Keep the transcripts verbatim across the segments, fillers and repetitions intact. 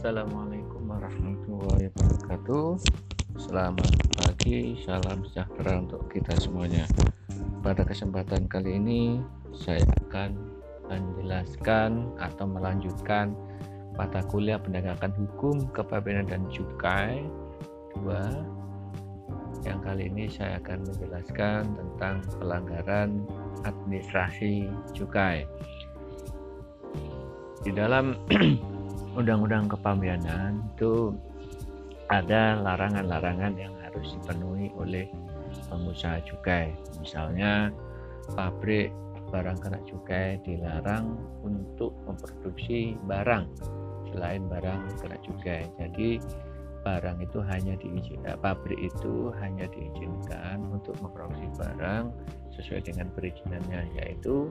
Assalamualaikum warahmatullahi wabarakatuh. Selamat pagi, salam sejahtera untuk kita semuanya. Pada kesempatan kali ini saya akan menjelaskan atau melanjutkan mata kuliah penegakan hukum kepabeanan dan cukai dua. Yang kali ini saya akan menjelaskan tentang pelanggaran administrasi cukai. Di dalam Undang-Undang Kepabeanan itu ada larangan-larangan yang harus dipenuhi oleh pengusaha cukai. Misalnya pabrik barang kena cukai dilarang untuk memproduksi barang selain barang kena cukai. Jadi barang itu hanya diizinkan, pabrik itu hanya diizinkan untuk memproduksi barang sesuai dengan perizinannya, yaitu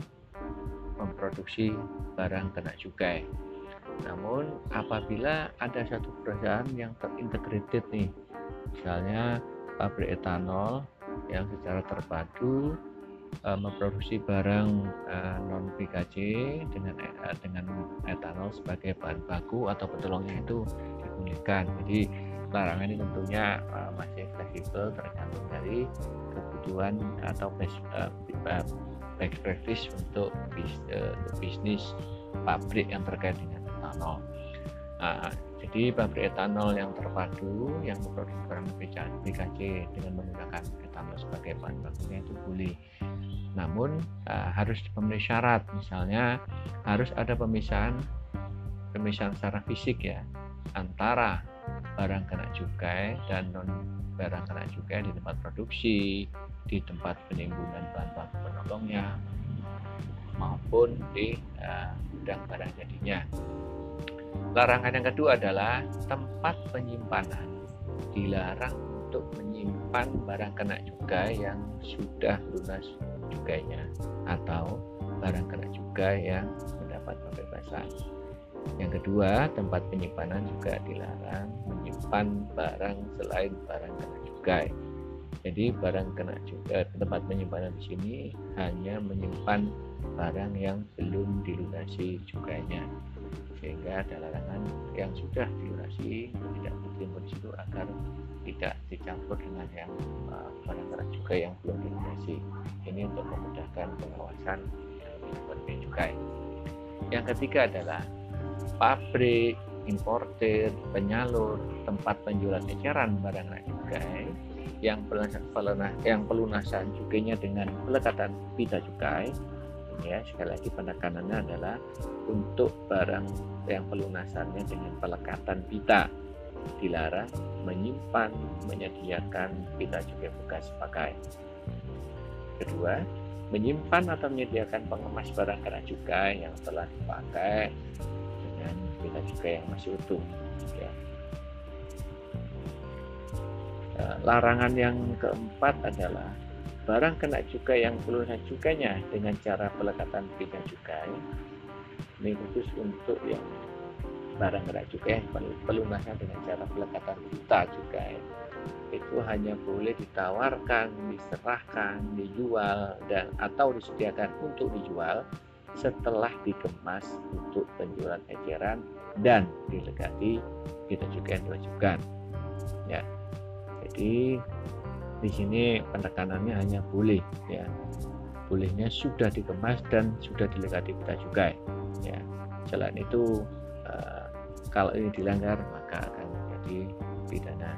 memproduksi barang kena cukai. Namun apabila ada satu perusahaan yang terintegrated nih, misalnya pabrik etanol yang secara terpadu e, memproduksi barang e, non P K C dengan e, dengan etanol sebagai bahan baku atau penolongnya itu dibolehkan. Jadi larangan ini tentunya e, masih fleksibel tergantung dari kebutuhan atau best, e, best practice untuk bis, e, bisnis pabrik yang terkait dengan etanol. Nah, jadi pabrik etanol yang terpadu yang memproduksi barang P K C dengan menggunakan etanol sebagai bahan bakunya itu boleh. Namun uh, harus memenuhi syarat, misalnya harus ada pemisahan pemisahan secara fisik ya antara barang kena cukai dan non barang kena cukai di tempat produksi, di tempat penimbunan bahan baku penolongnya, maupun di uh, gudang barang jadinya. Larangan yang kedua adalah tempat penyimpanan. Dilarang untuk menyimpan barang kena cukai yang sudah lunas cukainya atau barang kena cukai yang mendapat pembebasan. Yang kedua, tempat penyimpanan juga dilarang menyimpan barang selain barang kena cukai. Jadi barang kena cukai, tempat penyimpanan di sini hanya menyimpan barang yang belum dilunasi cukainya, sehingga ada larangan yang sudah dilunasi tidak ditimbun di situ agar tidak dicampur dengan yang uh, barang kena cukai yang belum dilunasi. Ini untuk memudahkan pengawasan bea cukai. Yang ketiga adalah pabrik, importer, penyalur, tempat penjualan eceran barang kena cukai yang pelunasan, yang pelunasan cukainya dengan pelekatan pita cukai. Ya, sekali lagi penekanannya adalah untuk barang yang pelunasannya dengan pelekatan pita, dilarang menyimpan, menyediakan pita cukai bekas pakai. Kedua, menyimpan atau menyediakan pengemas barang kena cukai yang telah dipakai dengan pita cukai yang masih utuh. Ya. Larangan yang keempat adalah barang kena cukai yang pelunasan cukainya dengan cara pelekatan pita cukai. Ini khusus untuk yang barang kena cukai yang pelunasan dengan cara pelekatan pita cukai. Itu hanya boleh ditawarkan, diserahkan, dijual dan atau disediakan untuk dijual setelah dikemas untuk penjualan eceran dan dilegati pita cukai yang diwajibkan. Ya. Jadi di sini penekanannya hanya boleh, ya, bolehnya sudah dikemas dan sudah dilegati pita cukai. Ya, selain itu uh, kalau ini dilanggar maka akan menjadi pidana.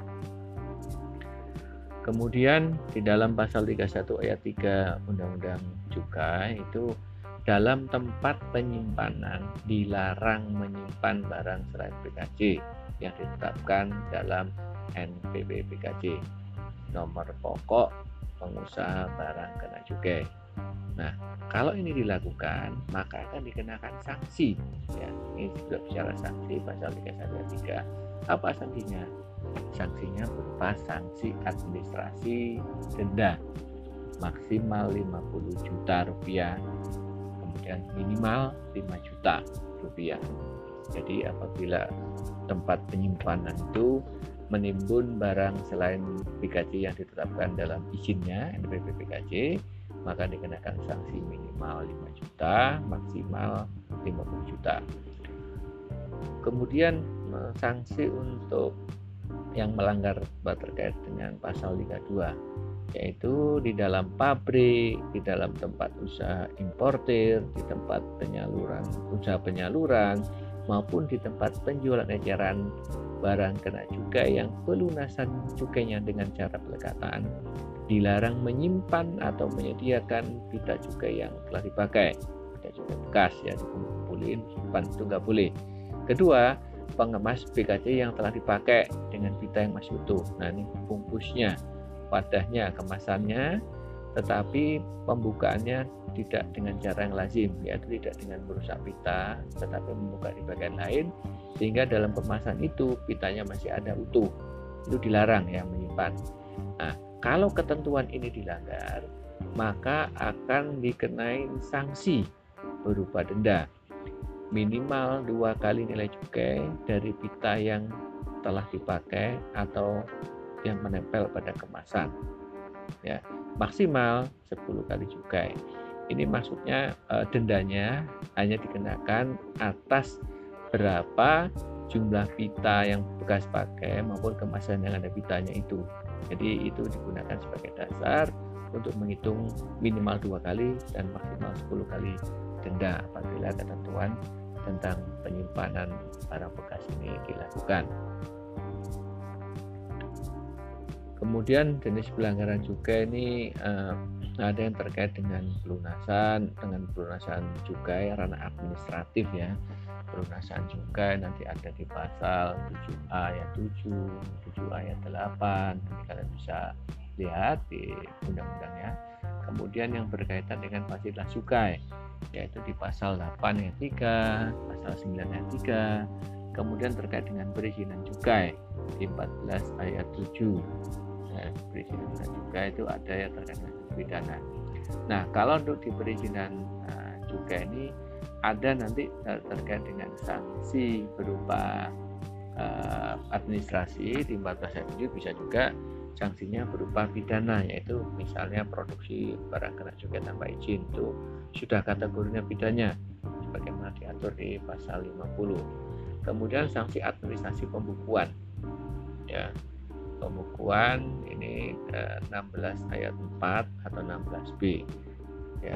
Kemudian di dalam pasal tiga puluh satu ayat tiga Undang-Undang Cukai itu dalam tempat penyimpanan dilarang menyimpan barang selain P K C yang ditetapkan dalam N P B P K C. Nomor pokok pengusaha barang kena cukai. Nah, kalau ini dilakukan maka akan dikenakan sanksi. Ya, ini sudah bicara sanksi pasal tiga puluh satu ayat tiga. Apa sanksinya? Sanksinya berupa sanksi administrasi denda maksimal lima puluh juta rupiah, kemudian minimal lima juta rupiah. Jadi apabila tempat penyimpanan itu menimbun barang selain P K C yang ditetapkan dalam izinnya N P B P K C, maka dikenakan sanksi minimal lima juta, maksimal lima puluh juta. Kemudian sanksi untuk yang melanggar terkait dengan pasal tiga puluh dua, yaitu di dalam pabrik, di dalam tempat usaha importir, di tempat penyaluran usaha penyaluran, maupun di tempat penjualan eceran barang kena cukai yang pelunasan cukainya dengan cara pelekatan, dilarang menyimpan atau menyediakan pita cukai yang telah dipakai, pita cukai bekas ya, dikumpulin, simpan, itu nggak boleh. Kedua, pengemas B K C yang telah dipakai dengan pita yang masih utuh. Nah, ini bungkusnya, wadahnya, kemasannya, tetapi pembukaannya tidak dengan cara yang lazim, yaitu tidak dengan merusak pita, tetapi membuka di bagian lain, sehingga dalam kemasan itu pitanya masih ada utuh. Itu dilarang ya, menyimpan. Nah, kalau ketentuan ini dilanggar, maka akan dikenai sanksi berupa denda minimal dua kali nilai cukai dari pita yang telah dipakai atau yang menempel pada kemasan. Ya, maksimal sepuluh kali cukai. Ini maksudnya eh, dendanya hanya dikenakan atas berapa jumlah pita yang bekas pakai maupun kemasan yang ada pitanya itu. Jadi itu digunakan sebagai dasar untuk menghitung minimal dua kali dan maksimal sepuluh kali denda apabila ketentuan tentang penyimpanan barang bekas ini dilakukan. Kemudian jenis pelanggaran cukai ini eh, ada yang terkait dengan pelunasan, dengan pelunasan cukai ranah administratif ya. Pelunasan cukai nanti ada di pasal tujuh A ayat tujuh, tujuh A ayat delapan, nanti kalian bisa lihat di undang-undangnya. Kemudian yang berkaitan dengan fasilitas cukai, yaitu di pasal delapan ayat tiga, pasal sembilan ayat tiga, kemudian terkait dengan perizinan cukai di empat belas ayat tujuh. Nah, perizinan cukai itu ada yang terkait dengan pidana. Nah, kalau untuk di perizinan uh, cukai ini ada nanti terkait dengan sanksi berupa uh, administrasi di empat belas ayat tujuh, bisa juga sanksinya berupa pidana, yaitu misalnya produksi barang kena cukai tanpa izin, itu sudah kategorinya pidana sebagaimana diatur di pasal lima puluh. Kemudian sanksi administrasi pembukuan ya, pembukuan ini eh, enam belas ayat empat atau enam belas B ya.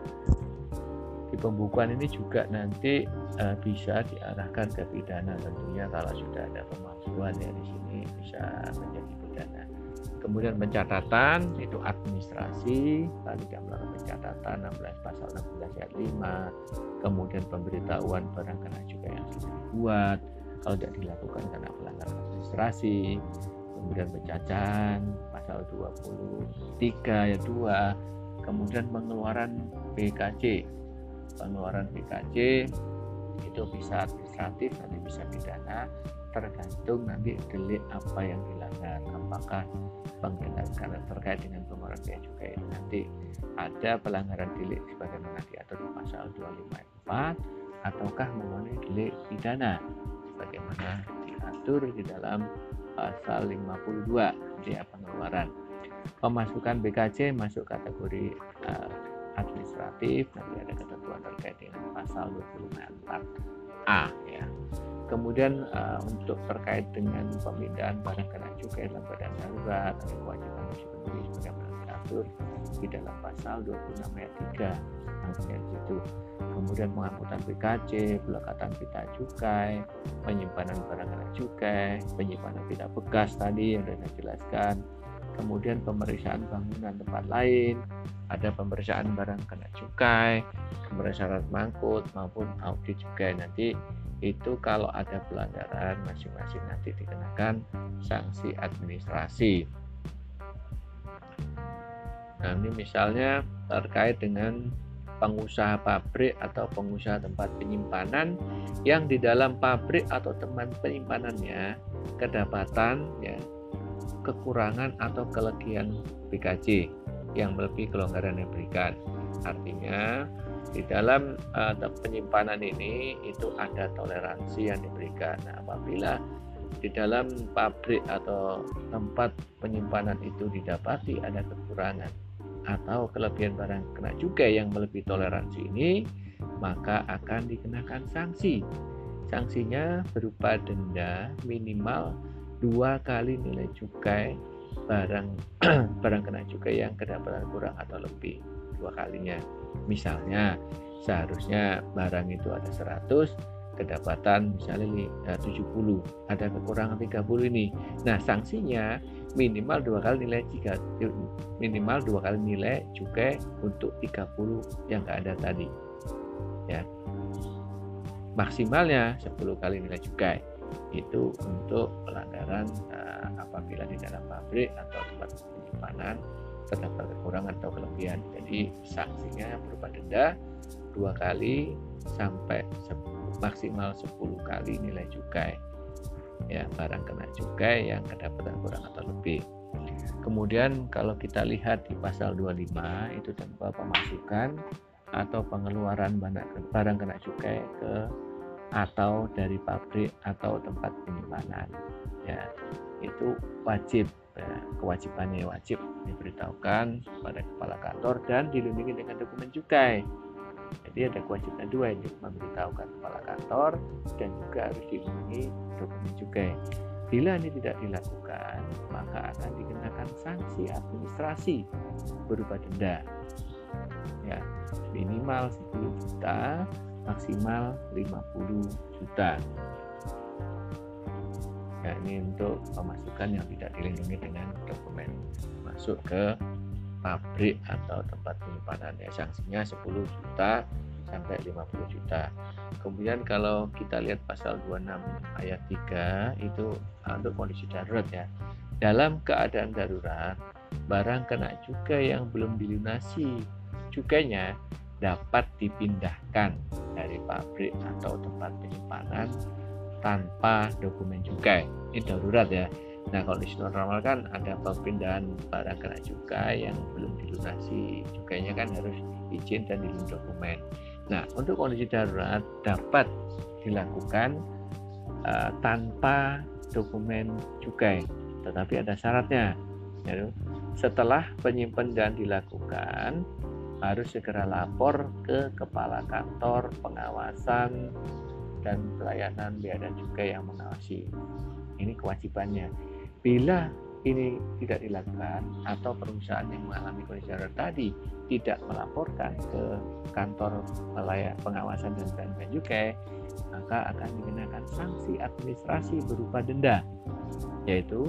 Di pembukuan ini juga nanti eh, bisa diarahkan ke pidana tentunya kalau sudah ada pemalsuan ya, di sini bisa menjadi pidana. Kemudian pencatatan itu administrasi, kalau tidak melakukan pencatatan enam belas pasal enam belas ayat lima. Kemudian pemberitahuan barang kena cukai yang sudah dibuat kalau tidak dilakukan karena pelanggaran administrasi. Kemudian pencacahan pasal dua puluh tiga ayat dua. Kemudian pengeluaran B K C, pengeluaran B K C itu bisa administratif, nanti bisa pidana, tergantung nanti delik apa yang dilanggar. Apakah pelanggaran terkait dengan pengeluaran biaya cukai ini nanti ada pelanggaran delik sebagaimana diatur di pasal dua puluh lima ayat empat, ataukah mengenai delik pidana sebagaimana diatur di dalam pasal lima puluh dua dia pengeluaran. Pemasukan B K C masuk kategori uh, administratif, nanti ada ketentuan terkait dengan pasal dua puluh lima ayat empat A ya. Kemudian uh, untuk terkait dengan pemindahan barang kena cukai dalam badan darurat, ada kewajiban harus dipenuhi sebagaimana diatur di dalam pasal dua puluh enam ayat tiga sanksinya di situ. Kemudian pengangkutan B K C, pelekatan pita cukai, penyimpanan barang kena cukai, penyimpanan pita bekas tadi yang sudah saya jelaskan. Kemudian pemeriksaan bangunan tempat lain, ada pemeriksaan barang kena cukai, pemeriksaan mangkut maupun audit cukai. Nanti itu kalau ada pelanggaran masing-masing nanti dikenakan sanksi administrasi. Nah, ini misalnya terkait dengan pengusaha pabrik atau pengusaha tempat penyimpanan yang di dalam pabrik atau tempat penyimpanannya kedapatan ya kekurangan atau kelebihan B K C yang melebihi kelonggaran yang diberikan. Artinya di dalam uh, penyimpanan ini itu ada toleransi yang diberikan. Nah, apabila di dalam pabrik atau tempat penyimpanan itu didapati ada kekurangan atau kelebihan barang kena cukai yang melebihi toleransi ini, maka akan dikenakan sanksi sanksinya berupa denda minimal dua kali nilai cukai barang barang kena cukai yang kedapatan kurang atau lebih dua kalinya. Misalnya seharusnya barang itu ada seratus, kedapatan misalnya tujuh puluh, ada kekurangan tiga puluh ini. Nah, sanksinya minimal dua kali nilai jika minimal dua kali nilai cukai untuk tiga puluh yang nggak ada tadi. Ya. Maksimalnya sepuluh kali nilai cukai. Itu untuk pelanggaran uh, apabila di dalam pabrik atau tempat penyimpanan terdapat kekurangan atau kelebihan. Jadi sanksinya berupa denda dua kali sampai maksimal sepuluh kali nilai cukai, ya, barang kena cukai yang kedapatan kurang atau lebih. Kemudian kalau kita lihat di pasal dua puluh lima itu tentang pemasukan atau pengeluaran barang kena cukai ke atau dari pabrik atau tempat penyimpanan, ya, itu wajib, ya, kewajibannya wajib diberitahukan pada kepala kantor dan dilindungi dengan dokumen cukai. Jadi ada kewajiban dua, ini memberitahukan kepala kantor dan juga harus dilindungi dokumen cukai. Bila ini tidak dilakukan, maka akan dikenakan sanksi administrasi berupa denda, ya, minimal sepuluh juta, maksimal lima puluh juta. Ya, ini untuk pemasukan yang tidak dilindungi dengan dokumen masuk ke pabrik atau tempat penyimpanan, ya, sanksinya sepuluh juta sampai lima puluh juta. Kemudian kalau kita lihat pasal dua puluh enam ayat tiga itu untuk kondisi darurat, ya. Dalam keadaan darurat, barang kena cukai yang belum dilunasi cukainya dapat dipindahkan dari pabrik atau tempat penyimpanan tanpa dokumen cukai. Ini darurat, ya. Nah, kondisi normal kan ada perpindahan barang kena cukai yang belum dilunasi cukainya kan harus izin dan dilindungi dokumen. Nah, untuk kondisi darurat dapat dilakukan uh, tanpa dokumen cukai, tetapi ada syaratnya. Ya, setelah penyimpangan dilakukan, harus segera lapor ke kepala kantor pengawasan dan pelayanan bea dan cukai yang mengawasi. Ini kewajibannya. Bila ini tidak dilakukan atau perusahaan yang mengalami kondisi darurat tadi tidak melaporkan ke kantor pelayan pengawasan dan bea cukai, maka akan dikenakan sanksi administrasi berupa denda, yaitu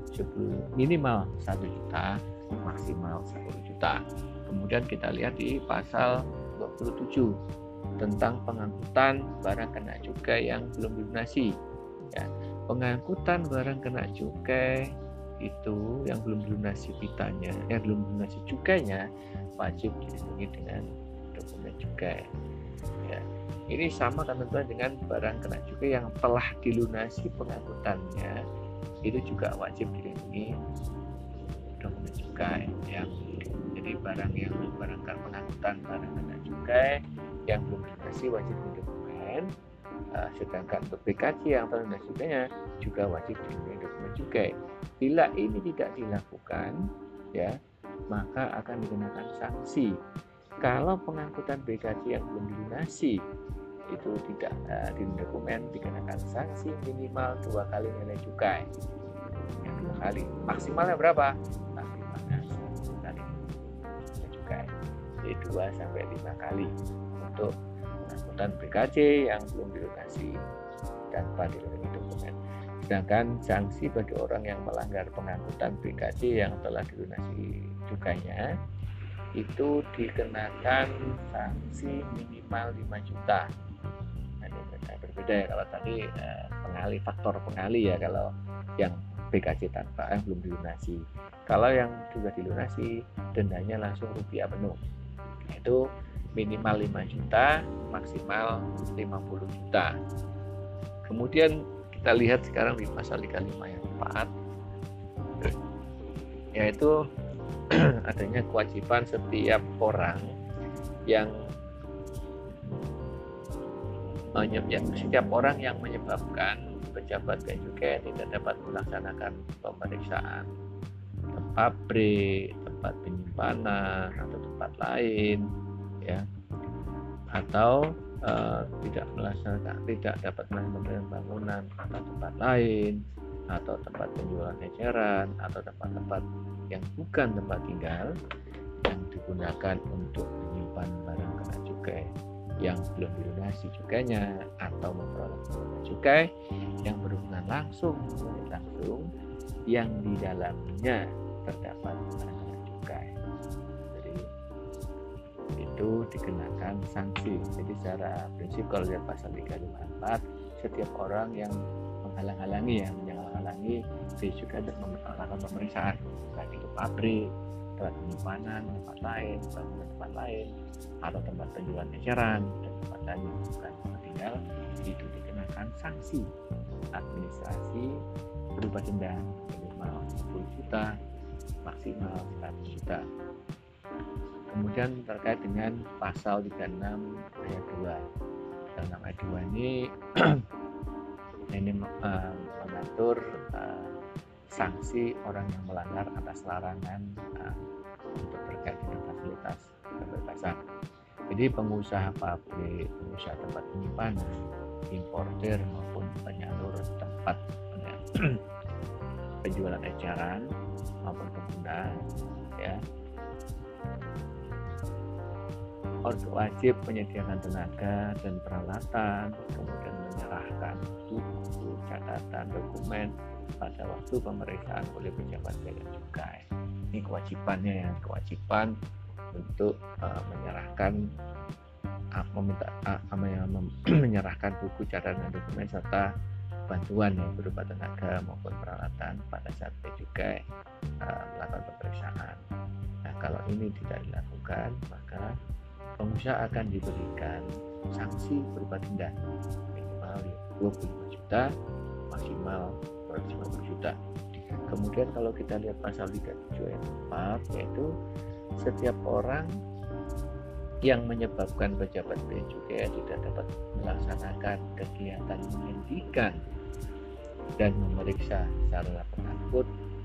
minimal satu juta, maksimal sepuluh juta. Kemudian kita lihat di pasal dua puluh tujuh tentang pengangkutan barang kena cukai yang belum dilunasi. Ya, pengangkutan barang kena cukai itu yang belum dilunasi pitanya, yang belum dilunasi cukainya wajib dilindungi dengan dokumen cukai. Ya, ini sama kan tentunya dengan barang kena cukai yang telah dilunasi pengangkutannya, itu juga wajib dilindungi dokumen cukai. Yang jadi barang yang barang pengangkutan barang kena cukai yang belum dilunasi wajib dilindungi dokumen. Uh, sedangkan untuk B K C yang telah dilunasi cukainya juga wajib dilindungi dokumen cukai. Bila ini tidak dilakukan, ya, maka akan dikenakan sanksi. Kalau pengangkutan B K C yang belum dilunasi itu tidak uh, dilindungi dokumen, dikenakan sanksi minimal dua kali nilai cukai. Yang dua kali, maksimalnya berapa? Maksimalnya sepuluh kali nilai cukai. Jadi dua sampai lima kali untuk pengangkutan B K C yang belum dilunasi tanpa dilindungi dokumen. Sedangkan sanksi bagi orang yang melanggar pengangkutan B K C yang telah dilunasi cukainya itu dikenakan sanksi minimal lima juta. Nah, ini berbeda ya, kalau tadi eh, pengali, faktor pengali, ya, kalau yang B K C tanpa yang belum dilunasi. Kalau yang sudah dilunasi, dendanya langsung rupiah penuh. Itu minimal lima juta, maksimal lima puluh juta. Kemudian kita lihat sekarang di pasal tiga puluh lima ayat empat, yaitu adanya kewajiban setiap orang yang setiap orang yang menyebabkan pejabat bea cukai tidak dapat melaksanakan pemeriksaan ke pabrik, tempat penyimpanan atau tempat lain, ya, atau uh, tidak melaksanakan tidak dapat melaksanakan bangunan atau tempat lain atau tempat penjualan eceran atau tempat-tempat yang bukan tempat tinggal yang digunakan untuk menyimpan barang kena cukai yang belum dilunasi cukainya atau memperoleh cukai yang berhubungan langsung langsung yang di dalamnya terdapat barang kena cukai. Jadi itu dikenakan sanksi. Jadi secara prinsip kalau lihat pasal tiga ratus lima puluh empat, setiap orang yang menghalang-halangi ya menghalang-halangi bea cukai untuk melakukan pemeriksaan, baik itu pabrik, tempat penyimpanan, tempat lain, bangunan tempat lain, atau tempat penjualan eceran dan tempat lain yang bukan tempat tinggal, itu dikenakan sanksi administrasi berupa denda minimal sepuluh juta, maksimal seratus juta. Kemudian terkait dengan pasal tiga puluh enam ayat dua. Dalam ayat dua ini ini uh, mengatur uh, sanksi orang yang melanggar atas larangan uh, untuk terkait dengan fasilitas kebebasan. Jadi pengusaha pabrik, pengusaha tempat penyimpanan, importer maupun penyalur tempat penjualan eceran maupun pengguna ya wajib menyediakan tenaga dan peralatan, kemudian menyerahkan buku, catatan, dokumen pada waktu pemeriksaan oleh pejabat bea dan cukai. Ini kewajibannya ya, kewajiban untuk uh, menyerahkan uh, meminta, uh, uh, menyerahkan buku, catatan, dokumen serta bantuan yang berupa tenaga maupun peralatan pada saat bea cukai uh, melakukan pemeriksaan. Nah, kalau ini tidak dilakukan, maka pengusaha akan diberikan sanksi berupa denda minimal dua puluh lima juta, maksimal dua ratus lima puluh juta. Kemudian kalau kita lihat pasal tiga puluh tujuh ayat empat, yaitu setiap orang yang menyebabkan pejabat bea cukai tidak dapat melaksanakan kegiatan menghentikan dan memeriksa sarana pengangkut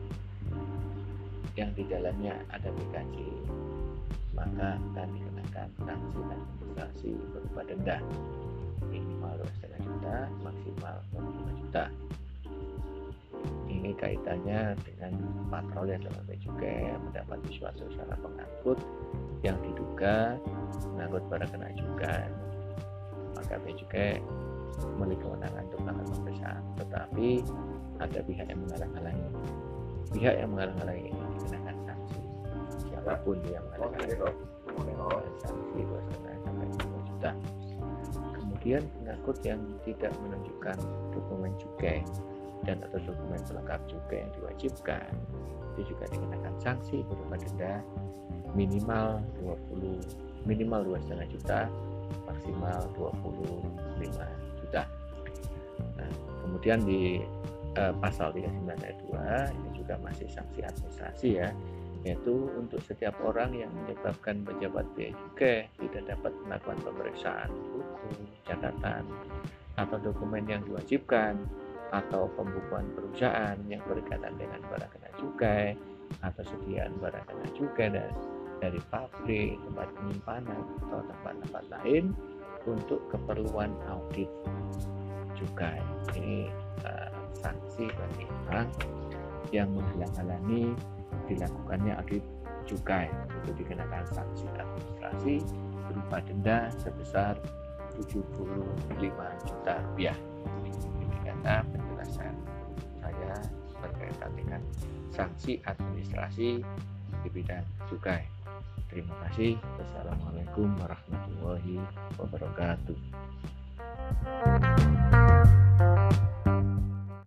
yang di dalamnya ada B K C, maka akan dikenakan sanksi administrasi berupa denda minimal dua koma lima juta, maksimal dua puluh lima juta. Ini kaitannya dengan patroli dalam bea cukai mendapati suatu sarana pengangkut yang diduga mengangkut barang kena cukai, maka bea cukai memiliki kewenangan untuk melakukan pemeriksaan, tetapi ada pihak yang menghalang-halangi. Pihak yang menghalang-halangi ini dikenakan sanksi. Siapapun yang menghalang-halangi sanksi dua koma lima sampai lima juta. Kemudian pengangkut yang tidak menunjukkan dokumen cukai dan atau dokumen pelengkap cukai yang diwajibkan itu juga dikenakan sanksi berupa denda minimal dua puluh minimal dua koma lima juta, maksimal dua puluh lima juta. Nah, kemudian di eh, pasal tiga puluh sembilan ayat dua ini juga masih sanksi administrasi ya, yaitu untuk setiap orang yang menyebabkan pejabat bea cukai tidak dapat melakukan pemeriksaan buku, catatan, atau dokumen yang diwajibkan, atau pembukuan perusahaan yang berkaitan dengan barang kena cukai atau sediaan barang kena cukai dari, dari pabrik, tempat penyimpanan atau tempat-tempat lain untuk keperluan audit cukai. Ini uh, sanksi bagi orang yang menghalang-halangi dilakukannya audit cukai, itu dikenakan sanksi administrasi berupa denda sebesar tujuh puluh lima juta rupiah. Ini kata penjelasan saya berkaitan dengan sanksi administrasi di bidang cukai. Terima kasih. Wassalamualaikum warahmatullahi wabarakatuh.